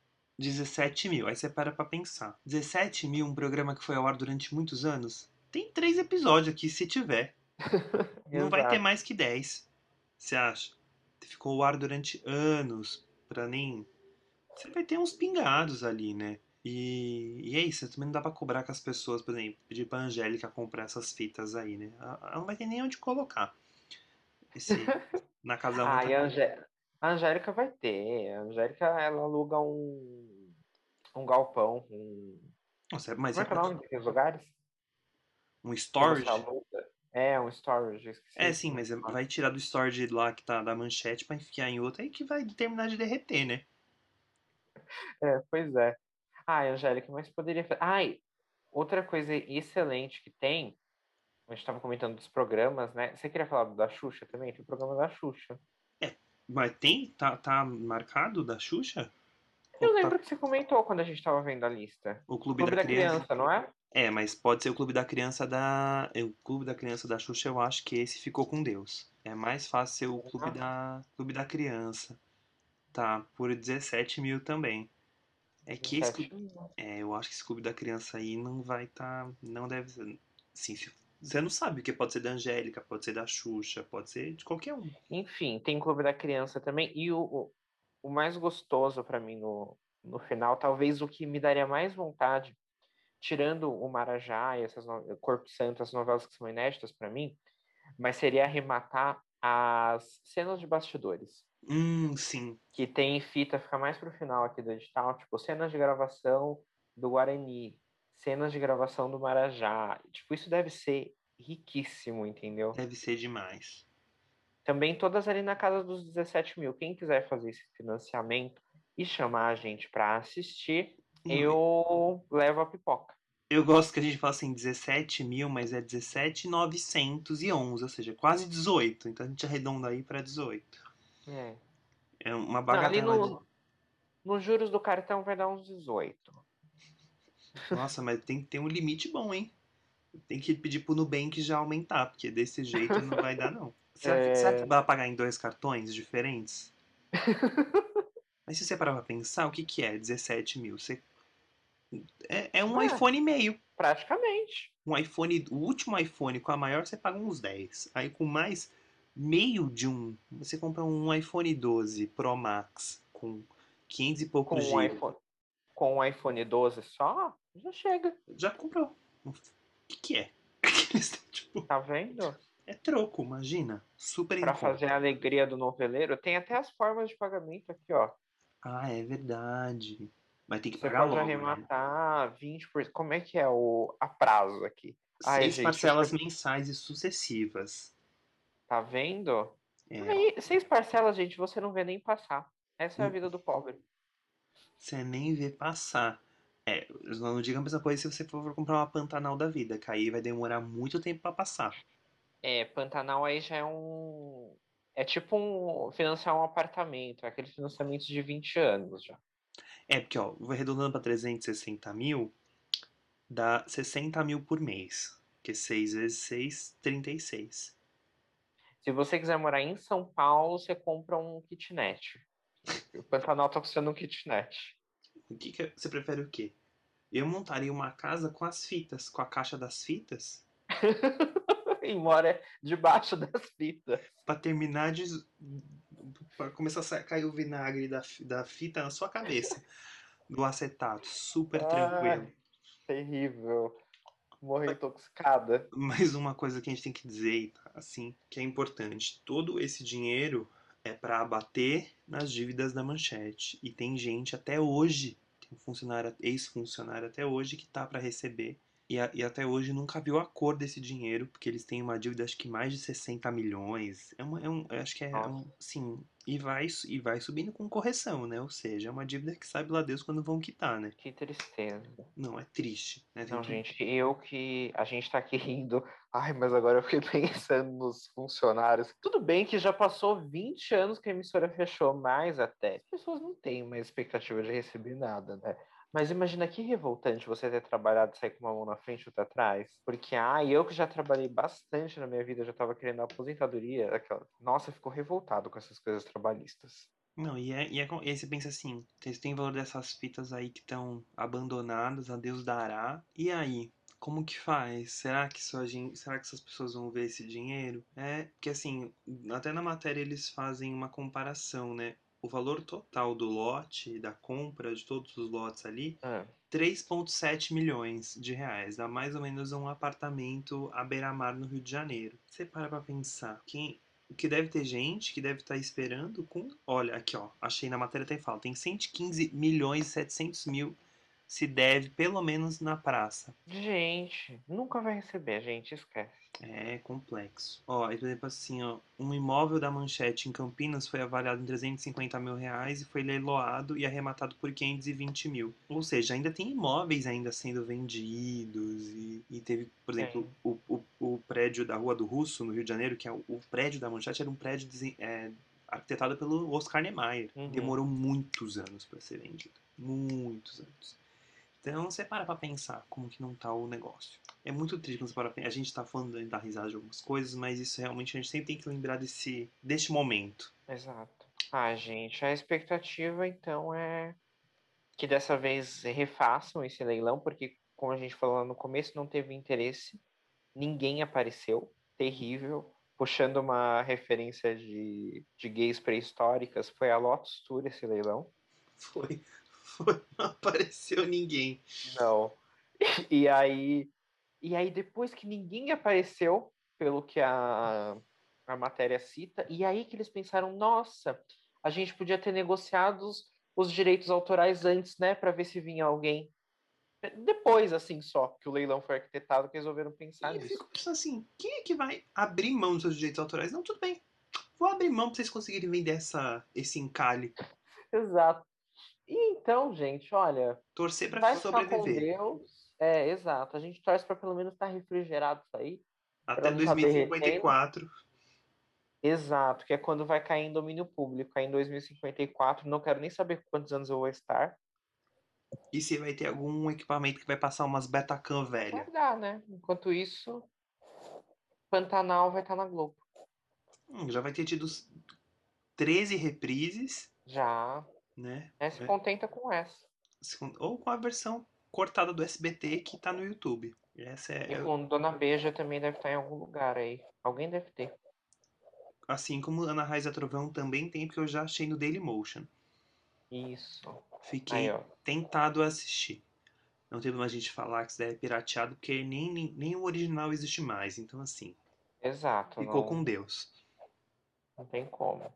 17 mil. Aí você para pra pensar. 17 mil, um programa que foi ao ar durante muitos anos? Tem 3 episódios aqui, se tiver. Não vai ter Exato. mais que 10. Você acha? Ficou ao ar durante anos. Pra nem. Você vai ter uns pingados ali, né? E é isso, também não dá pra cobrar que as pessoas, por exemplo, pedir pra Angélica comprar essas fitas aí, né? Ela não vai ter nem onde colocar. Esse, na casa dela não Ah, tá. e a Angélica vai ter. A Angélica, ela aluga um galpão. Nossa, mas Como você é que é o pode. nome desses lugares? Um Que você storage? aluga? É, um storage, eu É, esqueci. sim, mas vai tirar do storage lá que tá da manchete pra enfiar em outra aí que vai terminar de derreter, né? Pois é. Ai, Angélica, mas poderia. Ai, outra coisa excelente que tem, a gente estava comentando dos programas, né? Você queria falar da Xuxa também? Tem o programa da Xuxa. É, mas tem? Tá marcado da Xuxa? Ou Eu tá lembro que você comentou quando a gente estava vendo a lista. o Clube da Clube da Criança? Criança, não é? É, mas pode ser o Clube da Criança da. O Clube da Criança da Xuxa, eu acho que esse ficou com Deus. É mais fácil ser o Clube da Criança. Tá, por 17 mil também. É que esse, 17 mil. eu acho que esse clube da criança aí não vai estar. Não deve ser. Sim, você não sabe, porque pode ser da Angélica, pode ser da Xuxa, pode ser de qualquer um. Enfim, tem Clube da Criança também. E o mais gostoso pra mim no final, talvez o que me daria mais vontade, tirando o Marajá e Corpo Santo, as novelas que são inéditas pra mim, mas seria arrematar as cenas de bastidores. Sim. Que tem fita, fica mais pro final aqui do edital, tipo, cenas de gravação do Guarani, cenas de gravação do Marajá. Tipo, isso deve ser riquíssimo, entendeu? Deve ser demais. Também todas ali na casa dos 17 mil. Quem quiser fazer esse financiamento e chamar a gente para assistir, Não, eu levo a pipoca. eu gosto que a gente fala assim 17 mil, mas é 17.911, ou seja, quase 18. Então a gente arredonda aí pra 18. É. É uma Não, ali bagatela de. nos juros do cartão vai dar uns 18. Nossa, mas tem que ter um limite bom, hein? Tem que pedir pro Nubank já aumentar, porque desse jeito não vai dar, não. Será que É, vai pagar em dois cartões diferentes? Mas se você parar pra pensar, o que que é 17 mil? É um é, iPhone e meio. praticamente. Um iPhone, o último iPhone com a maior você paga uns 10. Aí com mais meio de um, você compra um iPhone 12 Pro Max com 500 e poucos Com um GB. iPhone, com um iPhone 12 só, já chega. Já comprou. O que é? Tipo, Tá vendo? é troco, imagina. Super em Para fazer a conta. alegria do noveleiro, tem até as formas de pagamento aqui, ó. Ah, é verdade. Vai ter que Você pagar pode logo, né? arrematar 20%. Como é que é a prazo aqui? Ai, Seis gente, parcelas mensais e sucessivas. tá vendo? É, Aí, 6 parcelas, gente, você não vê nem passar. Essa é a vida do pobre. você nem vê passar. Não diga a mesma coisa se você for comprar uma Pantanal da vida, que aí vai demorar muito tempo pra passar. É, Pantanal aí já é um. É tipo financiar um apartamento, é aquele financiamento de 20 anos já. Porque, ó, vou arredondando pra 360 mil, dá 60 mil por mês. Que 6 vezes 6, 36. Se você quiser morar em São Paulo, você compra um kitnet. O Pantanal tá custando um kitnet. Você prefere o quê? Eu montaria uma casa com as fitas, com a caixa das fitas, E mora debaixo das fitas. pra terminar de. Pra começar a cair o vinagre da fita na sua cabeça. Do acetato, super tranquilo. Ai, terrível. Morrer intoxicada. Mais uma coisa que a gente tem que dizer, assim, que é importante. Todo esse dinheiro é para abater nas dívidas da Manchete. E tem gente até hoje, tem um funcionário, ex-funcionário até hoje que tá para receber. E até hoje nunca viu a cor desse dinheiro, porque eles têm uma dívida acho que mais de 60 milhões. Eu acho que Nossa, sim, e vai subindo com correção, né? Ou seja, é uma dívida que sabe lá Deus quando vão quitar, né? que tristeza. Não, é triste, né? Tem Não, que. gente, eu que. A gente tá aqui rindo. Ai, mas agora eu fiquei pensando nos funcionários. Tudo bem que já passou 20 anos que a emissora fechou, mais até. As pessoas não têm mais expectativa de receber nada, né? Mas imagina que revoltante você ter trabalhado e sair com uma mão na frente e outra atrás. Porque, eu que já trabalhei bastante na minha vida, já tava querendo a aposentadoria. Nossa, ficou revoltado com essas coisas trabalhistas. Não, e aí você pensa assim, tem valor dessas fitas aí que estão abandonadas, a Deus dará. E aí, como que faz? Será que essas pessoas vão ver esse dinheiro? Porque assim, até na matéria eles fazem uma comparação, né? O valor total do lote, da compra de todos os lotes ali, Ah, 3,7 milhões de reais. Dá mais ou menos um apartamento à beira-mar no Rio de Janeiro. Você para pra pensar, que deve ter gente que deve estar esperando com. Olha, aqui ó, achei na matéria até fala, tem 115 milhões e 700 mil se deve, pelo menos na praça. gente, nunca vai receber, gente, esquece. É complexo. Ó, e por exemplo assim, ó, um imóvel da Manchete em Campinas foi avaliado em 350 mil reais e foi leiloado e arrematado por 520 mil. Ou seja, ainda tem imóveis ainda sendo vendidos e teve, por exemplo, Tem. o prédio da Rua do Russo, no Rio de Janeiro, que é o prédio da Manchete, era um prédio arquitetado pelo Oscar Niemeyer. Uhum. Demorou muitos anos para ser vendido. Muitos anos. Então você para pra pensar como que não tá o negócio. É muito triste quando você para pra pensar. A gente tá falando de dar risada de algumas coisas, mas isso realmente a gente sempre tem que lembrar deste momento. Exato. Ah, gente, a expectativa então é que dessa vez refaçam esse leilão, porque, como a gente falou lá no começo, não teve interesse, ninguém apareceu, terrível. Puxando uma referência de gays pré-históricas, foi a Lotus Tour esse leilão. Foi, não apareceu ninguém. Não. E aí depois que ninguém apareceu, pelo que a matéria cita, e aí que eles pensaram, nossa, a gente podia ter negociado os direitos autorais antes, né, para ver se vinha alguém. Depois, assim, só, que o leilão foi arquitetado, que resolveram pensar E eu nisso. fico pensando assim, quem é que vai abrir mão dos seus direitos autorais? Não, tudo bem. Vou abrir mão pra vocês conseguirem vender esse encalhe. Exato. E então, gente, olha, Torcer pra vai ficar com sobreviver. Deus. É, exato. A gente torce para pelo menos estar refrigerado isso aí, para Até não estar derretendo. 2054. Exato, que é quando vai cair em domínio público. Aí em 2054, não quero nem saber quantos anos eu vou estar. E se vai ter algum equipamento que vai passar umas Betacam velha. Guardar, né? Enquanto isso, Pantanal vai estar na Globo. Já vai ter tido 13 reprises, Já. né? Se contenta com essa. Ou com a versão cortada do SBT que tá no YouTube. Essa E é. com Dona Beija também deve estar em algum lugar aí. Alguém deve ter. Assim como Ana Raiz a Trovão também tem, porque eu já achei no Dailymotion. Isso. Aí, Fiquei ó. tentado a assistir. Não tem como a gente falar que isso daí é pirateado, porque nem o original existe mais. Então, assim, Exato. ficou com Não, Deus. não tem como.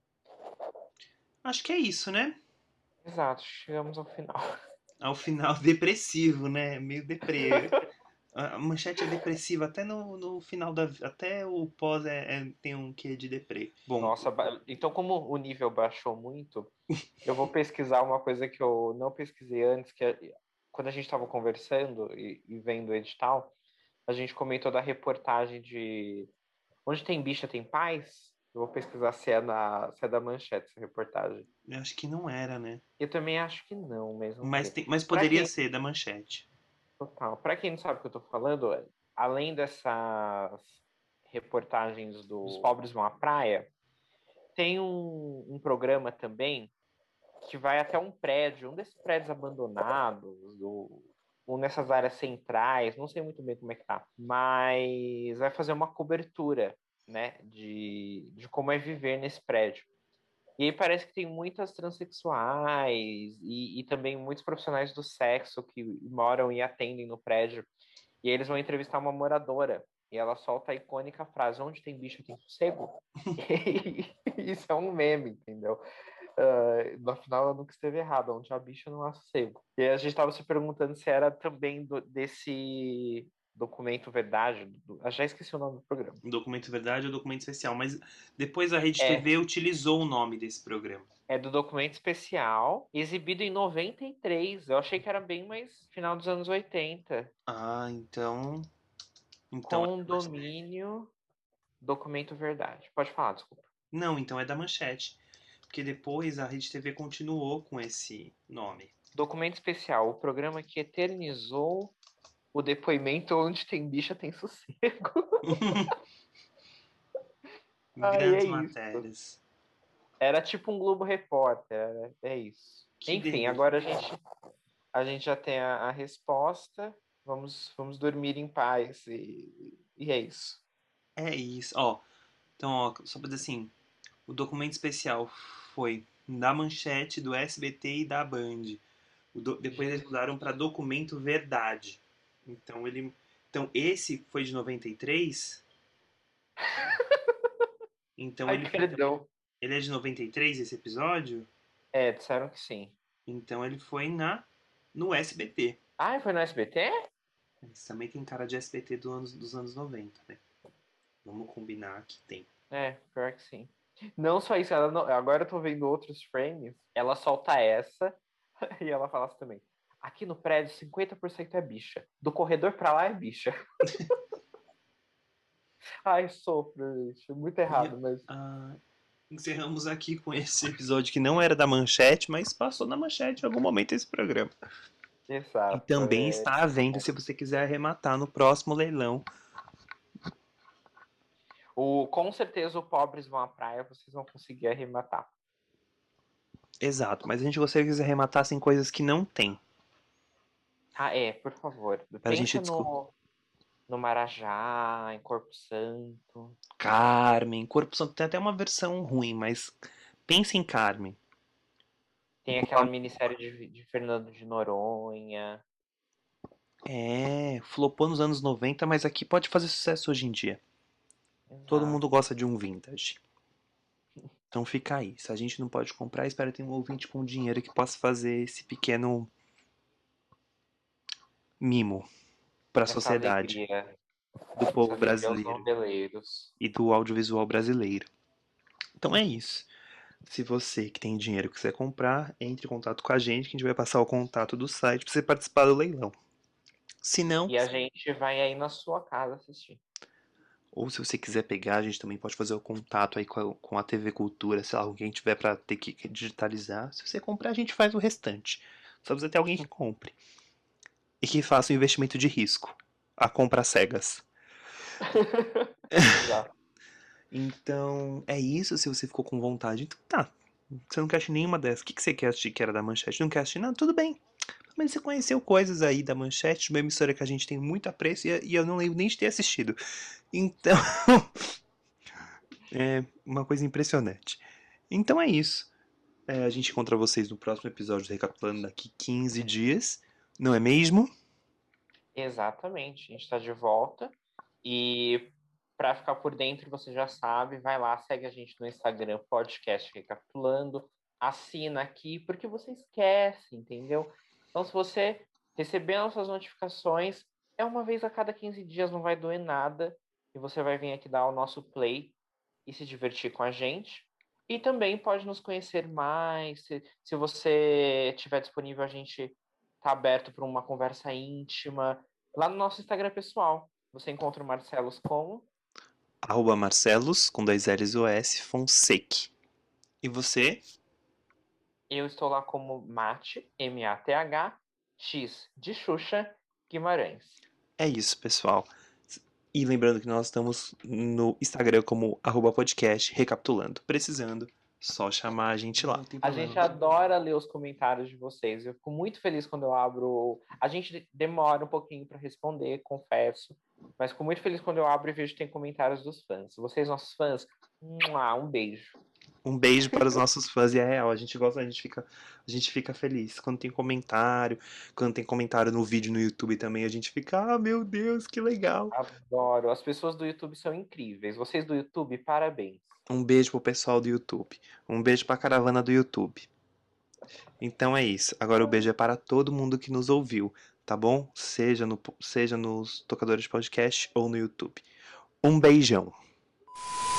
Acho que é isso, né? Exato. Chegamos ao final. Ao final, depressivo, né? Meio deprê. A manchete é depressiva até no final da. Até o pós tem um quê de deprê. Bom, Nossa, então como o nível baixou muito, eu vou pesquisar uma coisa que eu não pesquisei antes, que é quando a gente estava conversando e vendo o edital, a gente comentou da reportagem de Onde tem bicha tem paz. Eu vou pesquisar se é da Manchete essa reportagem. eu acho que não era, né? Eu também acho que não, mas vamos Mas, ver. mas Para poderia quem, ser da manchete. total, para quem não sabe o que eu estou falando, além dessas reportagens dos pobres vão à praia, tem um programa também que vai até um prédio, um desses prédios abandonados, um nessas áreas centrais, não sei muito bem como é que tá, mas vai fazer uma cobertura, né, de como é viver nesse prédio. E aí parece que tem muitas transexuais e também muitos profissionais do sexo que moram e atendem no prédio. E aí eles vão entrevistar uma moradora. E ela solta a icônica frase: Onde tem bicho, tem sossego. E isso é um meme, entendeu? No final, ela nunca esteve errada. Onde há bicho, não há sossego. E aí a gente estava se perguntando se era também desse documento verdade. Eu já esqueci o nome do programa. Um documento verdade ou documento especial. Mas depois a Rede É, TV utilizou o nome desse programa. É do documento especial, exibido em 93. Eu achei que era bem mais final dos anos 80. Ah, então. Então é da manchete. Condomínio, documento verdade. Pode falar, desculpa. Não, então é da manchete. Porque depois a Rede TV continuou com esse nome. Documento especial, o programa que eternizou o depoimento Onde tem bicha tem sossego. Ai, é Grandes isso. matérias. Era tipo um Globo Repórter, é isso. Que Enfim, delícia. agora a gente já tem a resposta. Vamos dormir em paz e é isso. É isso. Ó, então, ó, só pra dizer assim, o documento especial foi da manchete, do SBT e da Band. Depois eles Jesus. mudaram pra documento verdade. Então ele. Então esse foi de 93. Então Ai, perdão. ele é de 93 esse episódio. Disseram que sim. Então ele foi no SBT. Ah, foi no SBT? Isso também tem cara de SBT dos anos 90, né? Vamos combinar que tem. Pior que sim. Não só isso, agora eu tô vendo outros frames. Ela solta essa e ela fala assim também. Aqui no prédio, 50% é bicha. Do corredor pra lá é bicha. Ai, sofro, gente. Muito E, errado, mas. encerramos aqui com esse episódio que não era da manchete, mas passou na manchete em algum momento esse programa. E Exato. também está à venda se você quiser arrematar no próximo leilão. Com certeza, o Pobres Vão à Praia, vocês vão conseguir arrematar. Exato, mas a gente gostaria que eles arrematassem coisas que não tem. Ah, por favor. Pra gente Pensa no Marajá, em Corpo Santo. Carmen, Corpo Santo tem até uma versão ruim, mas pense em Carmen. Tem aquela minissérie de Fernando de Noronha. Flopou nos anos 90, mas aqui pode fazer sucesso hoje em dia. Todo mundo Exato. gosta de um vintage. Então fica aí. Se a gente não pode comprar, espero ter um ouvinte com dinheiro que possa fazer esse pequeno mimo para a Essa sociedade alegria. do Essa povo alegria aos brasileiro noveleiros. e do audiovisual brasileiro. Então é isso. Se você que tem dinheiro e quiser comprar, entre em contato com a gente vai passar o contato do site para você participar do leilão. Se não, E a gente vai aí na sua casa assistir. ou se você quiser pegar, a gente também pode fazer o contato aí com a TV Cultura, sei lá, alguém tiver para ter que digitalizar. Se você comprar, a gente faz o restante. Só precisa ter alguém que compre. E que faça um investimento de risco. A compra às cegas. Exato. Então, é isso. Se você ficou com vontade, então tá. Você não quer assistir nenhuma dessas. O que você quer assistir que era da Manchete? Não quer assistir nada? Tudo bem. Mas você conheceu coisas aí da Manchete, de uma emissora que a gente tem muito apreço e eu não lembro nem de ter assistido. Então, é uma coisa impressionante. Então é isso. A gente encontra vocês no próximo episódio do Recapitulando daqui 15 dias. Não é mesmo? Exatamente. A gente está de volta. E para ficar por dentro, você já sabe, vai lá, segue a gente no Instagram, podcast Recapitulando, assina aqui, porque você esquece, entendeu? Então, se você receber nossas notificações, é uma vez a cada 15 dias, não vai doer nada, e você vai vir aqui dar o nosso play e se divertir com a gente. E também pode nos conhecer mais, se você estiver disponível, a gente está aberto para uma conversa íntima, lá no nosso Instagram pessoal. Você encontra o Marcelos como? @Marcelos, com 2 L's e o S, Fonseca. E você? Eu estou lá como Mate, Math, X de Xuxa, Guimarães. É isso, pessoal. E lembrando que nós estamos no Instagram como @podcast recapitulando. Precisando, só chamar a gente lá. A gente adora ler os comentários de vocês. Eu fico muito feliz quando eu abro. A gente demora um pouquinho para responder, confesso. Mas fico muito feliz quando eu abro e vejo que tem comentários dos fãs. Vocês, nossos fãs, um beijo. Um beijo para os nossos fãs e é real, a gente gosta, a gente fica feliz. Quando tem comentário no vídeo no YouTube também, a gente fica, meu Deus, que legal. Adoro. As pessoas do YouTube são incríveis. Vocês do YouTube, parabéns. Um beijo pro pessoal do YouTube. Um beijo pra caravana do YouTube. Então é isso. Agora o beijo é para todo mundo que nos ouviu, tá bom? Seja nos tocadores de podcast ou no YouTube. Um beijão.